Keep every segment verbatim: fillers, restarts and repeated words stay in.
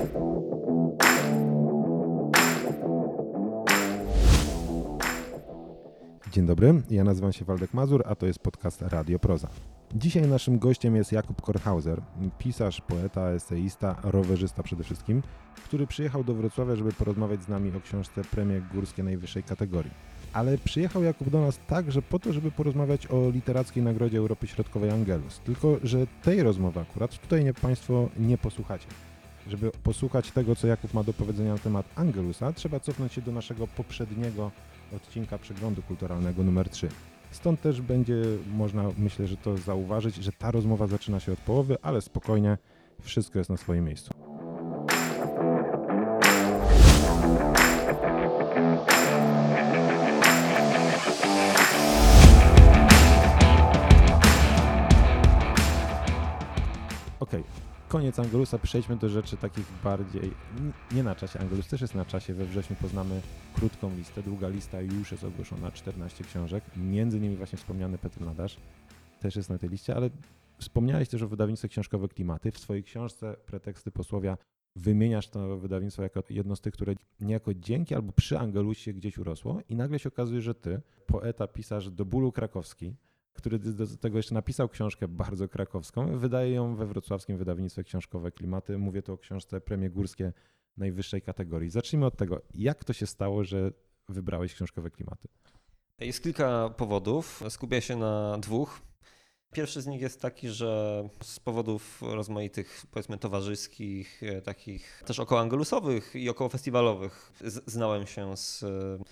Dzień dobry, ja nazywam się Waldek Mazur, a to jest podcast Radio Proza. Dzisiaj naszym gościem jest Jakub Kornhauser, pisarz, poeta, eseista, rowerzysta przede wszystkim, który przyjechał do Wrocławia, żeby porozmawiać z nami o książce Premie Górskie najwyższej kategorii. Ale przyjechał Jakub do nas także po to, żeby porozmawiać o Literackiej Nagrodzie Europy Środkowej Angelus. Tylko że tej rozmowy akurat tutaj nie, Państwo nie posłuchacie. Żeby posłuchać tego, co Jakub ma do powiedzenia na temat Angelusa, trzeba cofnąć się do naszego poprzedniego odcinka Przeglądu Kulturalnego numer trzy. Stąd też będzie można, myślę, że to zauważyć, że ta rozmowa zaczyna się od połowy, ale spokojnie, wszystko jest na swoim miejscu. Okej. Okay. Koniec Angelusa, przejdźmy do rzeczy takich bardziej, nie na czasie, Angelus też jest na czasie, we wrześniu poznamy krótką listę, długa lista już jest ogłoszona, czternaście książek, między innymi właśnie wspomniany Petr Nadasz też jest na tej liście, ale wspomniałeś też o wydawnictwie książkowe Klimaty. W swojej książce Preteksty Posłowia wymieniasz to wydawnictwo jako jedno z tych, które niejako dzięki albo przy Angelusie gdzieś urosło i nagle się okazuje, że ty, poeta, pisarz do bólu krakowski, który do tego jeszcze napisał książkę bardzo krakowską, wydaje ją we wrocławskim wydawnictwie książkowe Klimaty. Mówię tu o książce Premie Górskie najwyższej kategorii. Zacznijmy od tego, jak to się stało, że wybrałeś książkowe Klimaty? Jest kilka powodów, skupię się na dwóch. Pierwszy z nich jest taki, że z powodów rozmaitych, powiedzmy towarzyskich, takich też około angelusowych i około festiwalowych znałem się z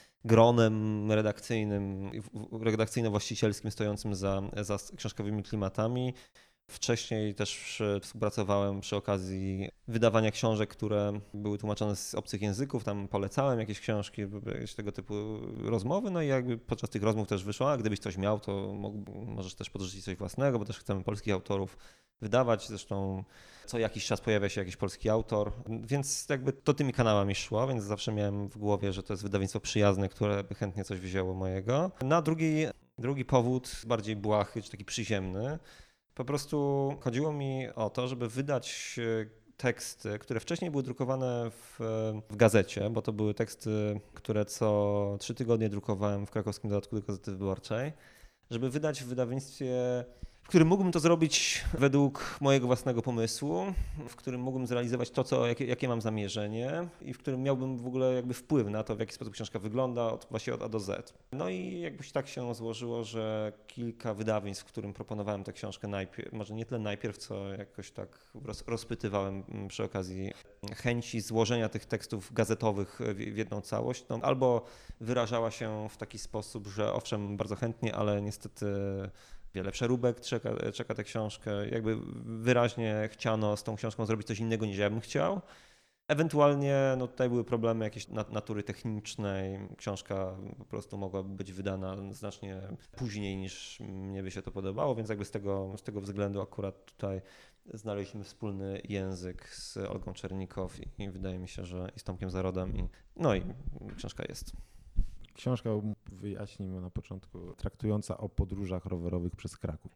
gronem redakcyjnym, redakcyjno-właścicielskim stojącym za, za książkowymi klimatami. Wcześniej też współpracowałem przy okazji wydawania książek, które były tłumaczone z obcych języków, tam polecałem jakieś książki, jakieś tego typu rozmowy, no i jakby podczas tych rozmów też wyszło, a gdybyś coś miał, to możesz też podrzucić coś własnego, bo też chcemy polskich autorów wydawać, zresztą co jakiś czas pojawia się jakiś polski autor, więc jakby to tymi kanałami szło, więc zawsze miałem w głowie, że to jest wydawnictwo przyjazne, które by chętnie coś wzięło mojego. Na drugi, drugi powód, bardziej błahy, czy taki przyziemny, po prostu chodziło mi o to, żeby wydać teksty, które wcześniej były drukowane w, w gazecie, bo to były teksty, które co trzy tygodnie drukowałem w krakowskim dodatku do Gazety Wyborczej, żeby wydać w wydawnictwie, w którym mógłbym to zrobić według mojego własnego pomysłu, w którym mógłbym zrealizować to, co, jakie, jakie mam zamierzenie i w którym miałbym w ogóle jakby wpływ na to, w jaki sposób książka wygląda, od, właściwie od A do Z. No i jakbyś tak się złożyło, że kilka wydawnictw, w którym proponowałem tę książkę najpierw, może nie tyle najpierw, co jakoś tak roz, rozpytywałem przy okazji chęci złożenia tych tekstów gazetowych w, w jedną całość, no, albo wyrażała się w taki sposób, że owszem, bardzo chętnie, ale niestety wiele przeróbek czeka, czeka tę książkę. Jakby wyraźnie chciano z tą książką zrobić coś innego niż ja bym chciał. Ewentualnie no tutaj były problemy jakieś natury technicznej. Książka po prostu mogłaby być wydana znacznie później niż mnie by się to podobało, więc jakby z tego, z tego względu akurat tutaj znaleźliśmy wspólny język z Olgą Czernikow i, i wydaje mi się, że i z Tomkiem Zarodem. I, no i książka jest. Książka, wyjaśnijmy na początku, traktująca o podróżach rowerowych przez Kraków.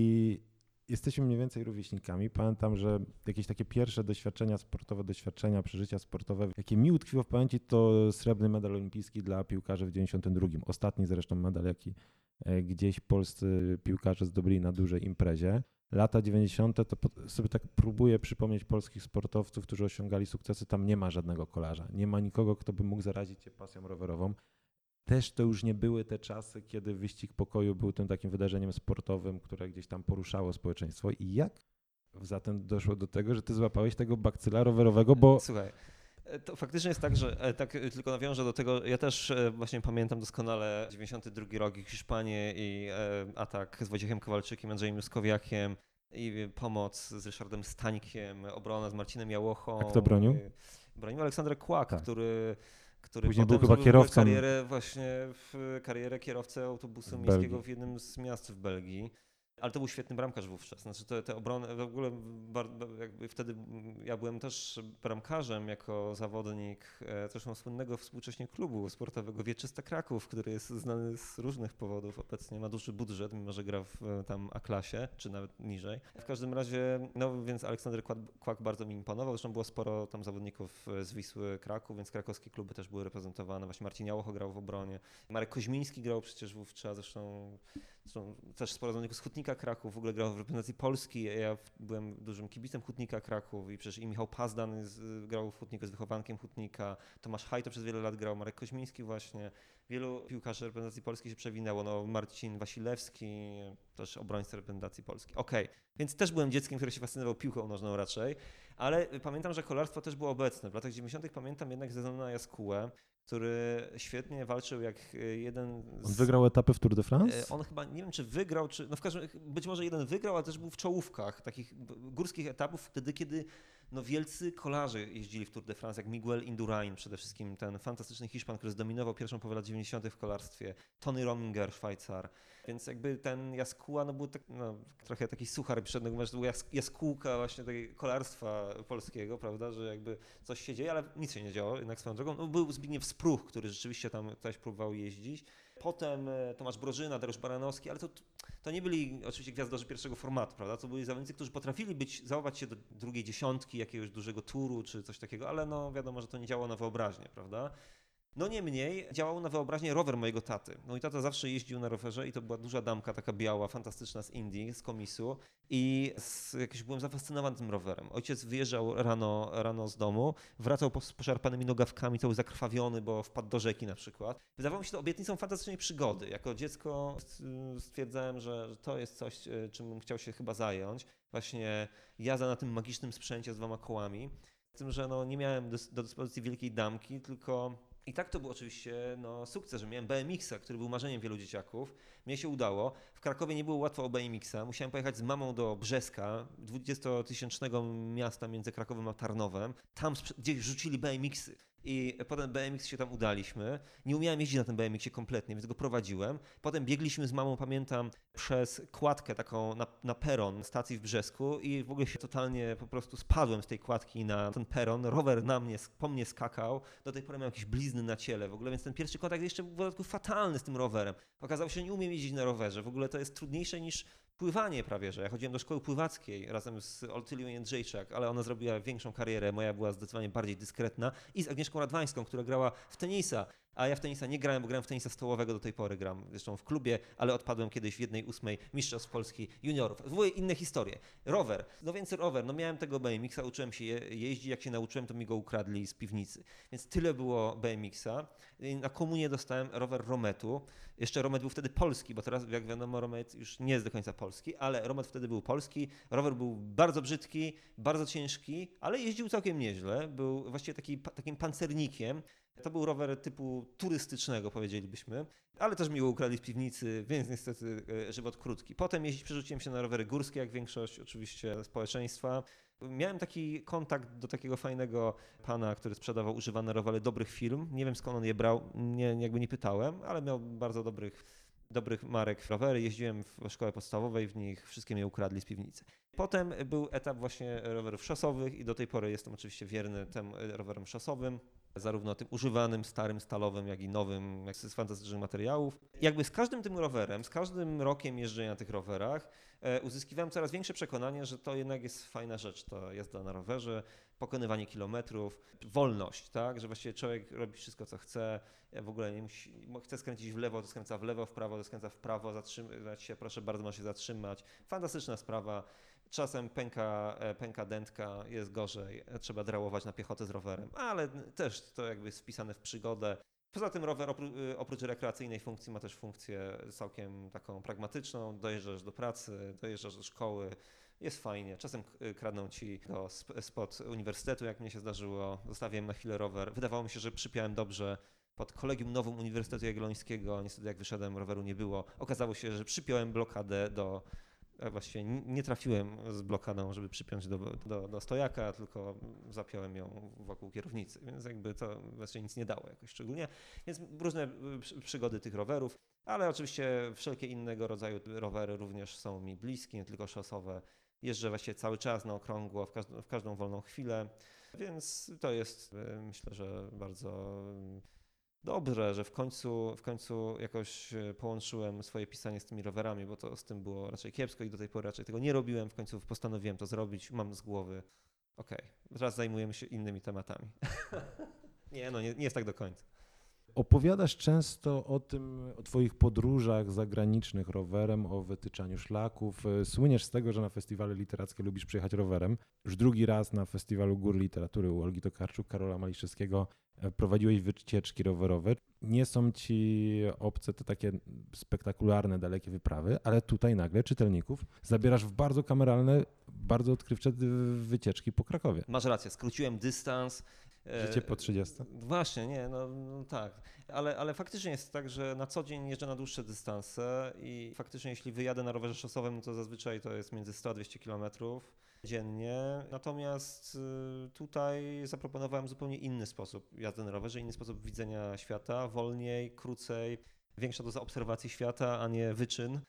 I jesteśmy mniej więcej rówieśnikami. Pamiętam, że jakieś takie pierwsze doświadczenia sportowe, doświadczenia, przeżycia sportowe, jakie mi utkwiło w pamięci, to srebrny medal olimpijski dla piłkarzy w dziewięćdziesiątym drugim. Ostatni zresztą medal, jaki gdzieś polscy piłkarze zdobyli na dużej imprezie. Lata dziewięćdziesiąte to sobie tak próbuję przypomnieć polskich sportowców, którzy osiągali sukcesy. Tam nie ma żadnego kolarza. Nie ma nikogo, kto by mógł zarazić się pasją rowerową. Też to już nie były te czasy, kiedy wyścig pokoju był tym takim wydarzeniem sportowym, które gdzieś tam poruszało społeczeństwo. I jak zatem doszło do tego, że ty złapałeś tego bakcyla rowerowego, bo... Słuchaj, to faktycznie jest tak, że tak tylko nawiążę do tego, ja też właśnie pamiętam doskonale dziewięćdziesiąty drugi rok i Hiszpanię i atak z Wojciechem Kowalczykiem, Andrzejem Juskowiakiem i pomoc z Ryszardem Stańkiem, obronę z Marcinem Jałochą. A kto bronił? Bronił Aleksander Kłak, tak. który... który Później potem był chyba kierowcą. karierę właśnie w karierę kierowcy autobusu miejskiego w jednym z miast w Belgii. Ale to był świetny bramkarz wówczas. Znaczy te, te obrony, w ogóle bardzo, jakby wtedy ja byłem też bramkarzem jako zawodnik e, zresztą słynnego współcześnie klubu sportowego Wieczysta Kraków, który jest znany z różnych powodów. Obecnie ma duży budżet, mimo że gra w e, tam A-klasie, czy nawet niżej. W każdym razie, no więc Aleksander Kłak, Kłak bardzo mi imponował. Zresztą było sporo tam zawodników z Wisły Kraków, więc krakowskie kluby też były reprezentowane. Właśnie Marcin Jałocho grał w obronie. Marek Koźmiński grał przecież wówczas, zresztą, zresztą też sporo zawodników z Hutnika Kraków, w ogóle grał w reprezentacji Polski. Ja byłem dużym kibicem Hutnika Kraków i przecież i Michał Pazdan z, grał w Hutniku, z wychowankiem Hutnika. Tomasz Hajto przez wiele lat grał, Marek Koźmiński właśnie. Wielu piłkarzy reprezentacji Polski się przewinęło. No, Marcin Wasilewski, też obrońca reprezentacji Polski. Okej, okay. Więc też byłem dzieckiem, które się fascynował piłką nożną raczej, ale pamiętam, że kolarstwo też było obecne. W latach dziewięćdziesiątych pamiętam jednak Zenona Jaskułę, który świetnie walczył jak jeden z... On wygrał etapy w Tour de France? On chyba, nie wiem czy wygrał, czy... No w każdym razie, być może jeden wygrał, ale też był w czołówkach takich górskich etapów wtedy, kiedy no wielcy kolarze jeździli w Tour de France, jak Miguel Indurain przede wszystkim, ten fantastyczny Hiszpan, który zdominował pierwszą połowę lat dziewięćdziesiątych w kolarstwie, Tony Rominger, Szwajcar, więc jakby ten Jaskuła no był tak, no, trochę taki suchar przednego, że to była jaskółka właśnie tego kolarstwa polskiego, prawda, że jakby coś się dzieje, ale nic się nie działo jednak swoją drogą. No, był Zbigniew Spruch, który rzeczywiście tam też próbował jeździć. Potem Tomasz Brożyna, Dariusz Baranowski, ale to, to nie byli oczywiście gwiazdorzy pierwszego formatu, prawda? To byli zawodnicy, którzy potrafili być, zachować się do drugiej dziesiątki jakiegoś dużego turu czy coś takiego, ale no wiadomo, że to nie działało na wyobraźnię, prawda? No niemniej działał na wyobraźnię rower mojego taty. Mój tata zawsze jeździł na rowerze i to była duża damka, taka biała, fantastyczna z Indii, z komisu i z, jakoś byłem zafascynowany tym rowerem. Ojciec wyjeżdżał rano, rano z domu, wracał po, z poszarpanymi nogawkami, cały zakrwawiony, bo wpadł do rzeki na przykład. Wydawało mi się to obietnicą fantastycznej przygody. Jako dziecko stwierdzałem, że to jest coś, czym bym chciał się chyba zająć. Właśnie jazda na tym magicznym sprzęcie z dwoma kołami. Z tym, że no, nie miałem do, do dyspozycji wielkiej damki, tylko... I tak to był oczywiście no, sukces, że miałem B M X a, który był marzeniem wielu dzieciaków. Mnie się udało. W Krakowie nie było łatwo o B M X a. Musiałem pojechać z mamą do Brzeska, dwudziestotysięcznego miasta między Krakowem a Tarnowem. Tam gdzieś rzucili B M X y. I potem B M X się tam udaliśmy. Nie umiałem jeździć na tym B M X ie kompletnie, więc go prowadziłem. Potem biegliśmy z mamą, pamiętam, przez kładkę taką na, na peron stacji w Brzesku i w ogóle się totalnie po prostu spadłem z tej kładki na ten peron. Rower na mnie, po mnie skakał. Do tej pory miałem jakieś blizny na ciele w ogóle, więc ten pierwszy kontakt jeszcze był w dodatku fatalny z tym rowerem. Okazało się, że nie umiem jeździć na rowerze. W ogóle to jest trudniejsze niż pływanie prawie, że ja chodziłem do szkoły pływackiej razem z Oltylią Jędrzejczak, ale ona zrobiła większą karierę, moja była zdecydowanie bardziej dyskretna i z Agnieszką Radwańską, która grała w tenisa, a ja w tenisa nie grałem, bo grałem w tenisa stołowego, do tej pory gram zresztą w klubie, ale odpadłem kiedyś w jednej ósmej mistrzostw Polski juniorów. W ogóle inne historie. Rower, no więc rower, no miałem tego B M X a, uczyłem się je, jeździć, jak się nauczyłem, to mi go ukradli z piwnicy. Więc tyle było B M X a. Na komunię dostałem rower Rometu. Jeszcze Romet był wtedy polski, bo teraz jak wiadomo Romet już nie jest do końca polski, ale Romet wtedy był polski. Rower był bardzo brzydki, bardzo ciężki, ale jeździł całkiem nieźle. Był właściwie taki, takim pancernikiem. To był rower typu turystycznego, powiedzielibyśmy, ale też mi go ukradli z piwnicy, więc niestety żywot krótki. Potem jeździć przerzuciłem się na rowery górskie, jak większość oczywiście społeczeństwa. Miałem taki kontakt do takiego fajnego pana, który sprzedawał używane rowery dobrych firm. Nie wiem skąd on je brał, nie, jakby nie pytałem, ale miał bardzo dobrych, dobrych marek rowery. Jeździłem w szkole podstawowej w nich, wszystkie mnie ukradli z piwnicy. Potem był etap właśnie rowerów szosowych i do tej pory jestem oczywiście wierny tym rowerom szosowym, zarówno tym używanym, starym, stalowym, jak i nowym, jak z fantastycznych materiałów. Jakby z każdym tym rowerem, z każdym rokiem jeżdżenia na tych rowerach e, uzyskiwałem coraz większe przekonanie, że to jednak jest fajna rzecz, to jazda na rowerze, pokonywanie kilometrów, wolność, tak, że właściwie człowiek robi wszystko, co chce, w ogóle nie musi, chce skręcić w lewo, to skręca w lewo, w prawo, to skręca w prawo, zatrzymać się, proszę bardzo, ma się zatrzymać. Fantastyczna sprawa. Czasem pęka, pęka dętka, jest gorzej, trzeba drałować na piechotę z rowerem, ale też to jakby jest wpisane w przygodę. Poza tym rower oprócz rekreacyjnej funkcji ma też funkcję całkiem taką pragmatyczną, dojeżdżasz do pracy, dojeżdżasz do szkoły, jest fajnie. Czasem kradną ci do spod uniwersytetu, jak mnie się zdarzyło, zostawiłem na chwilę rower. Wydawało mi się, że przypiałem dobrze pod Kolegium Nowum Uniwersytetu Jagiellońskiego, niestety jak wyszedłem roweru nie było. Okazało się, że przypiąłem blokadę do a właściwie nie trafiłem z blokadą, żeby przypiąć do, do, do stojaka, tylko zapiąłem ją wokół kierownicy, więc jakby to właściwie nic nie dało jakoś szczególnie. Więc różne przygody tych rowerów, ale oczywiście wszelkie innego rodzaju rowery również są mi bliskie, nie tylko szosowe. Jeżdżę właściwie cały czas na okrągło, w każdą, w każdą wolną chwilę, więc to jest, myślę, że bardzo dobrze, że w końcu, w końcu jakoś połączyłem swoje pisanie z tymi rowerami, bo to z tym było raczej kiepsko i do tej pory raczej tego nie robiłem. W końcu postanowiłem to zrobić, mam z głowy, okej, okay, teraz zajmujemy się innymi tematami. nie, no nie, nie jest tak do końca. Opowiadasz często o tym, o twoich podróżach zagranicznych rowerem, o wytyczaniu szlaków. Słyniesz z tego, że na festiwale literackie lubisz przyjechać rowerem. Już drugi raz na Festiwalu Gór Literatury u Olgi Tokarczuk, Karola Maliszewskiego prowadziłeś wycieczki rowerowe. Nie są ci obce te takie spektakularne, dalekie wyprawy, ale tutaj nagle czytelników zabierasz w bardzo kameralne, bardzo odkrywcze wycieczki po Krakowie. Masz rację, skróciłem dystans. Życie po trzydziestce? Właśnie, nie, no, no tak, ale, ale faktycznie jest tak, że na co dzień jeżdżę na dłuższe dystanse i faktycznie jeśli wyjadę na rowerze szosowym, no to zazwyczaj to jest między sto a dwieście kilometrów dziennie, natomiast tutaj zaproponowałem zupełnie inny sposób jazdy na rowerze, inny sposób widzenia świata, wolniej, krócej, większa doza obserwacji świata, a nie wyczyn.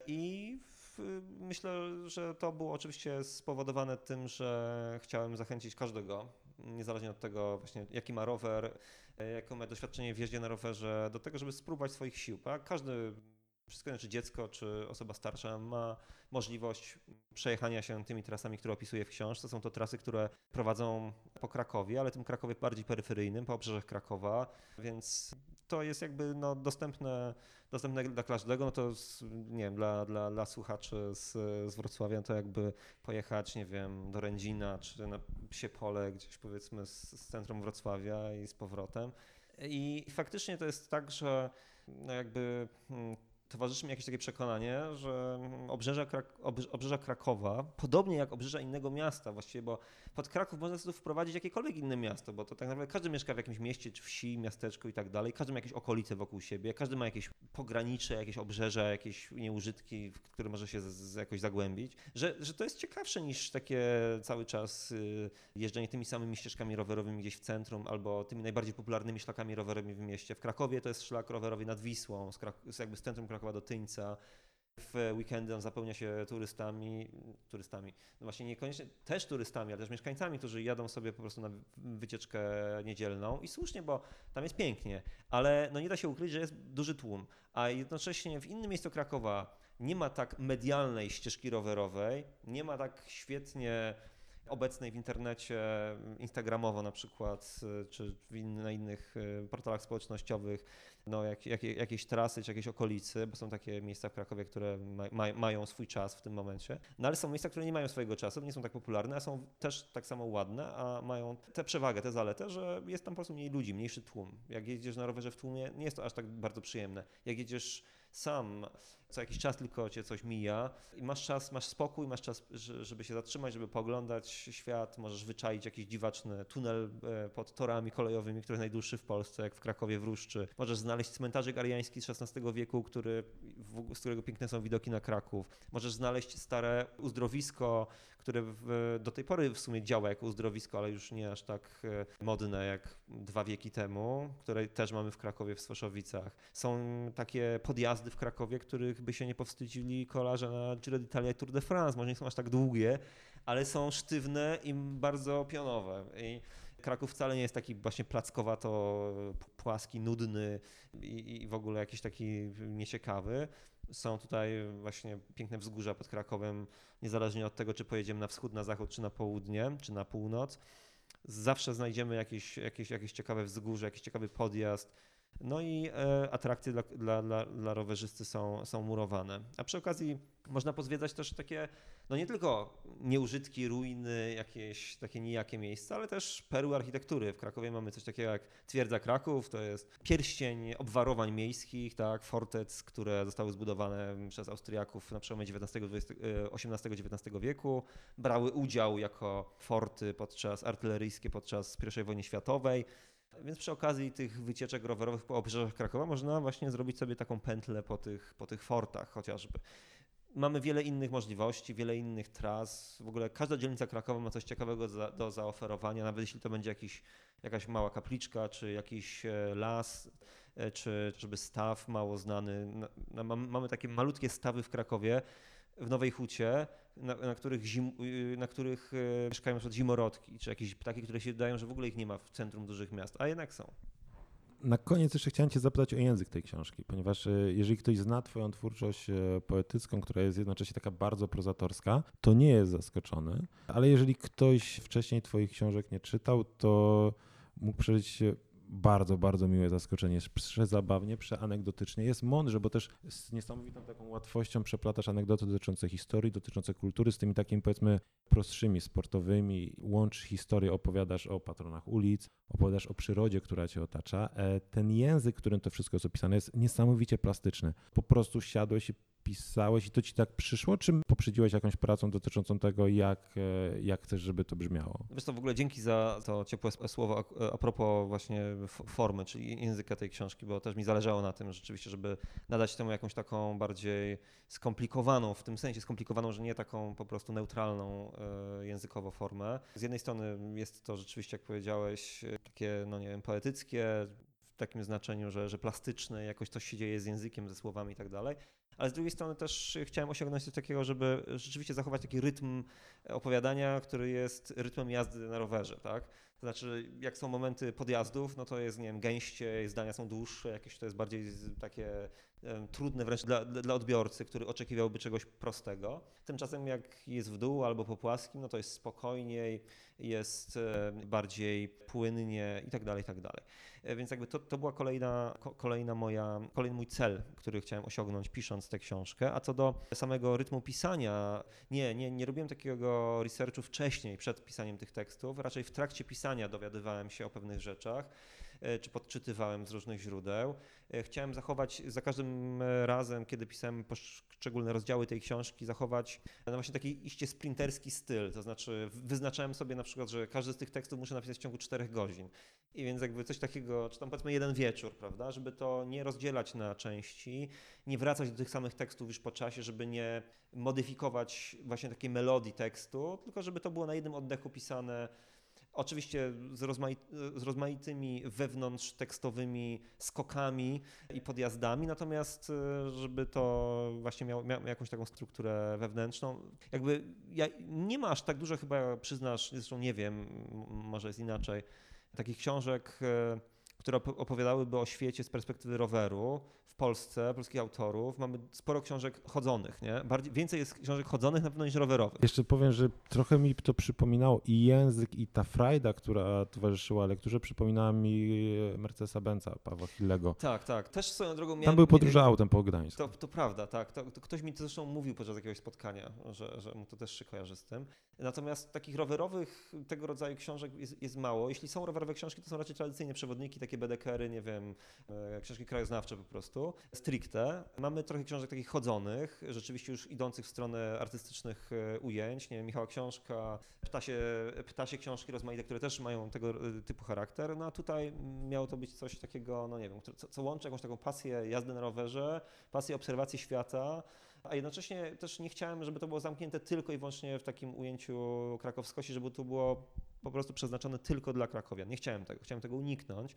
I myślę, że to było oczywiście spowodowane tym, że chciałem zachęcić każdego, niezależnie od tego właśnie jaki ma rower, jakie ma doświadczenie w jeździe na rowerze, do tego, żeby spróbować swoich sił. Tak? Każdy, wszystko czy dziecko, czy osoba starsza ma możliwość przejechania się tymi trasami, które opisuję w książce. Są to trasy, które prowadzą po Krakowie, ale tym Krakowie bardziej peryferyjnym, po obrzeżach Krakowa, więc to jest jakby no, dostępne, dostępne dla każdego, no to z, nie wiem, dla, dla, dla słuchaczy z, z Wrocławia to jakby pojechać, nie wiem, do Rędzina czy na Psie Pole gdzieś powiedzmy z, z centrum Wrocławia i z powrotem. I faktycznie to jest tak, że no jakby hmm, towarzyszy mi jakieś takie przekonanie, że obrzeża, Krak- obrzeża Krakowa, podobnie jak obrzeża innego miasta właściwie, bo pod Kraków można sobie wprowadzić jakiekolwiek inne miasto, bo to tak naprawdę każdy mieszka w jakimś mieście, czy wsi, miasteczku i tak dalej, każdy ma jakieś okolice wokół siebie, każdy ma jakieś pogranicze, jakieś obrzeża, jakieś nieużytki, w które może się z, z jakoś zagłębić, że, że to jest ciekawsze niż takie cały czas y, jeżdżenie tymi samymi ścieżkami rowerowymi gdzieś w centrum albo tymi najbardziej popularnymi szlakami rowerowymi w mieście. W Krakowie to jest szlak rowerowy nad Wisłą, z, Krak- z jakby z centrum Krakowa do Tyńca. W weekendy on zapełnia się turystami, turystami, no właśnie niekoniecznie też turystami, ale też mieszkańcami, którzy jadą sobie po prostu na wycieczkę niedzielną i słusznie, bo tam jest pięknie, ale no nie da się ukryć, że jest duży tłum, a jednocześnie w innym miejscu Krakowa nie ma tak medialnej ścieżki rowerowej, nie ma tak świetnie obecnej w internecie, instagramowo na przykład, czy w in, na innych portalach społecznościowych, no jak, jak, jakieś trasy, czy jakieś okolicy, bo są takie miejsca w Krakowie, które ma, ma, mają swój czas w tym momencie, no ale są miejsca, które nie mają swojego czasu, nie są tak popularne, a są też tak samo ładne, a mają tę przewagę, tę zaletę, że jest tam po prostu mniej ludzi, mniejszy tłum. Jak jedziesz na rowerze w tłumie, nie jest to aż tak bardzo przyjemne. Jak jedziesz sam, co jakiś czas tylko cię coś mija i masz czas, masz spokój, masz czas, żeby się zatrzymać, żeby pooglądać świat, możesz wyczaić jakiś dziwaczny tunel pod torami kolejowymi, który jest najdłuższy w Polsce, jak w Krakowie w Ruszczy. Możesz znaleźć cmentarzyk ariański z szesnastego wieku, który, z którego piękne są widoki na Kraków. Możesz znaleźć stare uzdrowisko, które w, do tej pory w sumie działa jako uzdrowisko, ale już nie aż tak modne jak dwa wieki temu, które też mamy w Krakowie, w Swoszowicach. Są takie podjazdy w Krakowie, których by się nie powstydzili kolarze na Giro d'Italia i Tour de France. Może nie są aż tak długie, ale są sztywne i bardzo pionowe. I Kraków wcale nie jest taki właśnie plackowato płaski, nudny i, i w ogóle jakiś taki nieciekawy. Są tutaj właśnie piękne wzgórza pod Krakowem, niezależnie od tego, czy pojedziemy na wschód, na zachód, czy na południe, czy na północ. Zawsze znajdziemy jakieś, jakieś, jakieś ciekawe wzgórze, jakiś ciekawy podjazd. No i e, atrakcje dla, dla, dla, dla rowerzysty są, są murowane. A przy okazji można pozwiedzać też takie, no nie tylko nieużytki, ruiny, jakieś takie nijakie miejsca, ale też perły architektury. W Krakowie mamy coś takiego jak Twierdza Kraków, to jest pierścień obwarowań miejskich, tak, fortec, które zostały zbudowane przez Austriaków na przełomie osiemnastego dziewiętnastego wieku. Brały udział jako forty podczas artyleryjskie podczas pierwszej wojny światowej. Więc przy okazji tych wycieczek rowerowych po obrzeżach Krakowa można właśnie zrobić sobie taką pętlę po tych, po tych fortach chociażby. mamy wiele innych możliwości, wiele innych tras. W ogóle każda dzielnica Krakowa ma coś ciekawego za, do zaoferowania, nawet jeśli to będzie jakiś, jakaś mała kapliczka, czy jakiś las, czy żeby staw mało znany. Na, na, mamy takie malutkie stawy w Krakowie, w Nowej Hucie, na, na których, zim, na których mieszkają na przykład zimorodki, czy jakieś ptaki, które się wydają, że w ogóle ich nie ma w centrum dużych miast, a jednak są. Na koniec jeszcze chciałem cię zapytać o język tej książki, ponieważ jeżeli ktoś zna twoją twórczość poetycką, która jest jednocześnie taka bardzo prozatorska, to nie jest zaskoczony, ale jeżeli ktoś wcześniej twoich książek nie czytał, to mógł przeżyć bardzo, bardzo miłe zaskoczenie. Jest przezabawnie, przeanegdotycznie, jest mądrze, bo też z niesamowitą taką łatwością przeplatasz anegdoty dotyczące historii, dotyczące kultury z tymi takimi powiedzmy prostszymi, sportowymi. Łączysz historię, opowiadasz o patronach ulic, opowiadasz o przyrodzie, która cię otacza. Ten język, którym to wszystko jest opisane, jest niesamowicie plastyczny. Po prostu siadłeś i pisałeś i to ci tak przyszło, czy poprzedziłeś jakąś pracą dotyczącą tego, jak, jak chcesz, żeby to brzmiało? Wiesz co, w ogóle dzięki za to ciepłe słowo a, a propos właśnie formy, czyli języka tej książki, bo też mi zależało na tym rzeczywiście, żeby nadać temu jakąś taką bardziej skomplikowaną, w tym sensie skomplikowaną, że nie taką po prostu neutralną językowo formę. Z jednej strony jest to rzeczywiście, jak powiedziałeś, takie, no nie wiem, poetyckie, w takim znaczeniu, że, że plastyczne, jakoś coś się dzieje z językiem, ze słowami i tak dalej. Ale z drugiej strony też chciałem osiągnąć coś takiego, żeby rzeczywiście zachować taki rytm opowiadania, który jest rytmem jazdy na rowerze, tak? To znaczy, jak są momenty podjazdów, no to jest, nie wiem, gęściej, zdania są dłuższe, jakieś to jest bardziej takie um, trudne wręcz dla, dla odbiorcy, który oczekiwałby czegoś prostego. Tymczasem jak jest w dół albo po płaskim, no to jest spokojniej, jest um, bardziej płynnie i tak dalej, i tak dalej. Więc jakby to, to była kolejna, ko, kolejna moja, kolejny mój cel, który chciałem osiągnąć pisząc tę książkę. A co do samego rytmu pisania, nie, nie, nie robiłem takiego researchu wcześniej, przed pisaniem tych tekstów, raczej w trakcie pisania dowiadywałem się o pewnych rzeczach, czy podczytywałem z różnych źródeł. Chciałem zachować za każdym razem, kiedy pisałem poszczególne rozdziały tej książki, zachować no właśnie taki iście sprinterski styl, to znaczy wyznaczałem sobie na przykład, że każdy z tych tekstów muszę napisać w ciągu czterech godzin. I więc jakby coś takiego, czy tam powiedzmy jeden wieczór, prawda, żeby to nie rozdzielać na części, nie wracać do tych samych tekstów już po czasie, żeby nie modyfikować właśnie takiej melodii tekstu, tylko żeby to było na jednym oddechu pisane. Oczywiście z, rozmai z rozmaitymi wewnątrz tekstowymi skokami i podjazdami, natomiast żeby to właśnie miało, miało jakąś taką strukturę wewnętrzną. Jakby ja, nie ma aż tak dużo, chyba przyznasz, zresztą nie wiem, może jest inaczej, takich książek, które opowiadałyby o świecie z perspektywy roweru w Polsce, polskich autorów. Mamy sporo książek chodzonych, nie? Bardziej, więcej jest książek chodzonych na pewno niż rowerowych. Jeszcze powiem, że trochę mi to przypominało i język, i ta frajda, która towarzyszyła lekturze, przypominała mi Mercedesa Benza, Pawła Hillego. Tak, tak. Też swoją drogą miałem... Tam były podróże autem po Gdańsku. To, to prawda, tak. To, to ktoś mi to zresztą mówił podczas jakiegoś spotkania, że, że mu to też się kojarzy z tym. Natomiast takich rowerowych tego rodzaju książek jest, jest mało. Jeśli są rowerowe książki, to są raczej tradycyjnie przewodniki, takie bedekery, nie wiem, książki krajoznawcze po prostu, stricte. Mamy trochę książek takich chodzonych, rzeczywiście już idących w stronę artystycznych ujęć, nie wiem, Michała Książka, ptasie, ptasie książki rozmaite, które też mają tego typu charakter, no a tutaj miało to być coś takiego, no nie wiem, co, co łączy jakąś taką pasję jazdy na rowerze, pasję obserwacji świata, a jednocześnie też nie chciałem, żeby to było zamknięte tylko i wyłącznie w takim ujęciu krakowskości, żeby to było po prostu przeznaczone tylko dla krakowian. Nie chciałem tego, chciałem tego uniknąć,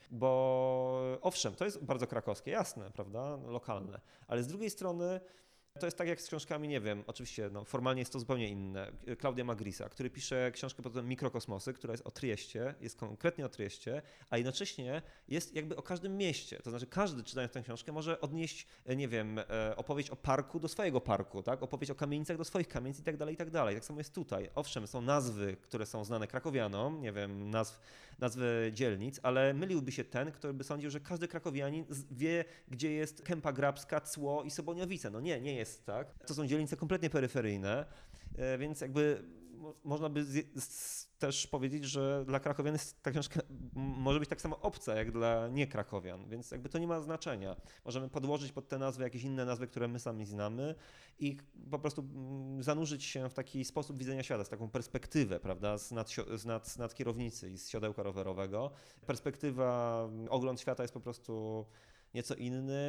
bo owszem, to jest bardzo krakowskie, jasne, prawda, lokalne, ale z drugiej strony to jest tak jak z książkami, nie wiem, oczywiście no, formalnie jest to zupełnie inne. Klaudia Magrisa, który pisze książkę pod tytułem Mikrokosmosy, która jest o Trieście, jest konkretnie o Trieście, a jednocześnie jest jakby o każdym mieście. To znaczy każdy czytając tę książkę może odnieść, nie wiem, opowieść o parku do swojego parku, tak? Opowieść o kamienicach do swoich kamienic i tak dalej, i tak dalej. Tak samo jest tutaj. Owszem, są nazwy, które są znane krakowianom, nie wiem, nazw, nazwy dzielnic, ale myliłby się ten, który by sądził, że każdy krakowianin wie, gdzie jest Kępa Grabska, Cło i Soboniowice. No nie, nie jest tak. To są dzielnice kompletnie peryferyjne, więc jakby można by z, z, też powiedzieć, że dla krakowian ta książka może być tak samo obca, jak dla niekrakowian, więc jakby to nie ma znaczenia. Możemy podłożyć pod te nazwy jakieś inne nazwy, które my sami znamy i po prostu zanurzyć się w taki sposób widzenia świata, z taką perspektywę, prawda, z nad, z nad, z nad kierownicy i z siodełka rowerowego. Perspektywa, ogląd świata jest po prostu nieco inny.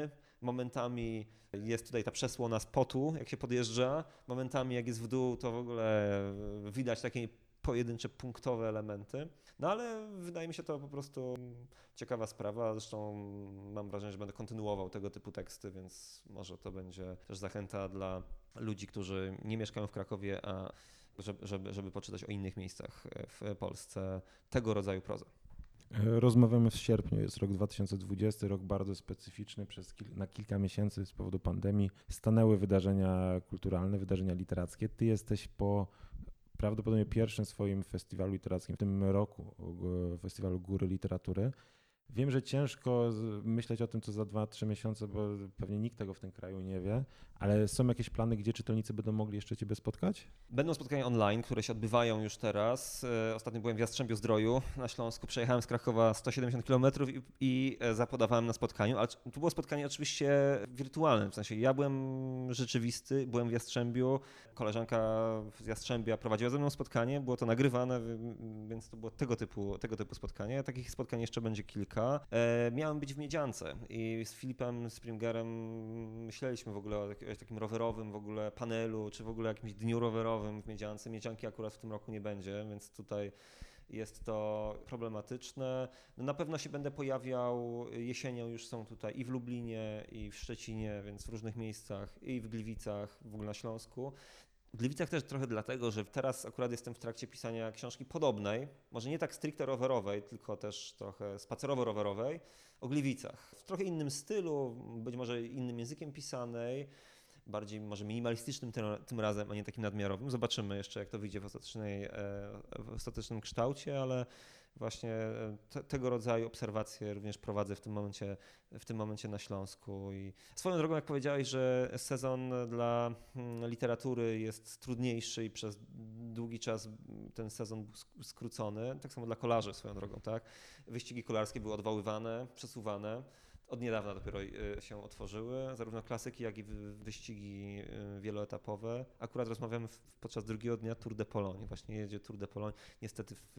Momentami jest tutaj ta przesłona spotu, jak się podjeżdża. Momentami jak jest w dół, to w ogóle widać takie pojedyncze, punktowe elementy. No ale wydaje mi się to po prostu ciekawa sprawa. Zresztą mam wrażenie, że będę kontynuował tego typu teksty, więc może to będzie też zachęta dla ludzi, którzy nie mieszkają w Krakowie, a żeby, żeby, żeby poczytać o innych miejscach w Polsce tego rodzaju prozę. Rozmawiamy w sierpniu, jest rok dwa tysiące dwudziesty, rok bardzo specyficzny. Przez kil- na kilka miesięcy z powodu pandemii stanęły wydarzenia kulturalne, wydarzenia literackie. Ty jesteś po prawdopodobnie pierwszym swoim festiwalu literackim w tym roku, g- festiwalu Góry Literatury. Wiem, że ciężko z- myśleć o tym, co za dwa trzy miesiące, bo pewnie nikt tego w tym kraju nie wie, ale są jakieś plany, gdzie czytelnicy będą mogli jeszcze ciebie spotkać? Będą spotkania online, które się odbywają już teraz. E, Ostatnio byłem w Jastrzębiu Zdroju na Śląsku. Przejechałem z Krakowa sto siedemdziesiąt kilometrów i, i e, zapodawałem na spotkaniu, ale to było spotkanie oczywiście wirtualne. W sensie ja byłem rzeczywisty, byłem w Jastrzębiu, koleżanka z Jastrzębia prowadziła ze mną spotkanie, było to nagrywane, w- więc to było tego typu, tego typu spotkanie. Takich spotkań jeszcze będzie kilka. E, Miałem być w Miedziance i z Filipem Springerem myśleliśmy w ogóle o jakimś takim rowerowym w ogóle panelu, czy w ogóle jakimś dniu rowerowym w Miedziance. Miedzianki akurat w tym roku nie będzie, więc tutaj jest to problematyczne. No na pewno się będę pojawiał jesienią, już są tutaj i w Lublinie, i w Szczecinie, więc w różnych miejscach, i w Gliwicach, w ogóle na Śląsku. W Gliwicach też trochę dlatego, że teraz akurat jestem w trakcie pisania książki podobnej, może nie tak stricte rowerowej, tylko też trochę spacerowo-rowerowej, o Gliwicach. W trochę innym stylu, być może innym językiem pisanej, bardziej może minimalistycznym tym, tym razem, a nie takim nadmiarowym. Zobaczymy jeszcze, jak to wyjdzie w, ostatecznej, e, w ostatecznym kształcie, ale właśnie te, tego rodzaju obserwacje również prowadzę w tym momencie, w tym momencie na Śląsku. I swoją drogą, jak powiedziałeś, że sezon dla mm, literatury jest trudniejszy i przez długi czas ten sezon był sk- skrócony, tak samo dla kolarzy swoją drogą, tak? Wyścigi kolarskie były odwoływane, przesuwane. Od niedawna dopiero y, się otworzyły, zarówno klasyki, jak i wy- wyścigi y, wieloetapowe. Akurat rozmawiamy w, podczas drugiego dnia Tour de Pologne. Właśnie jedzie Tour de Pologne. Niestety w,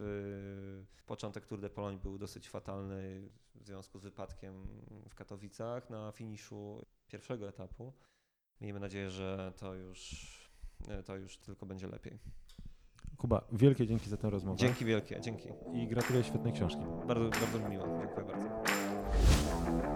y, początek Tour de Pologne był dosyć fatalny w związku z wypadkiem w Katowicach na finiszu pierwszego etapu. Miejmy nadzieję, że to już, y, to już tylko będzie lepiej. Kuba, wielkie dzięki za tę rozmowę. Dzięki wielkie, dzięki. I gratuluję świetnej książki. Bardzo, bardzo mi miło. Dziękuję bardzo.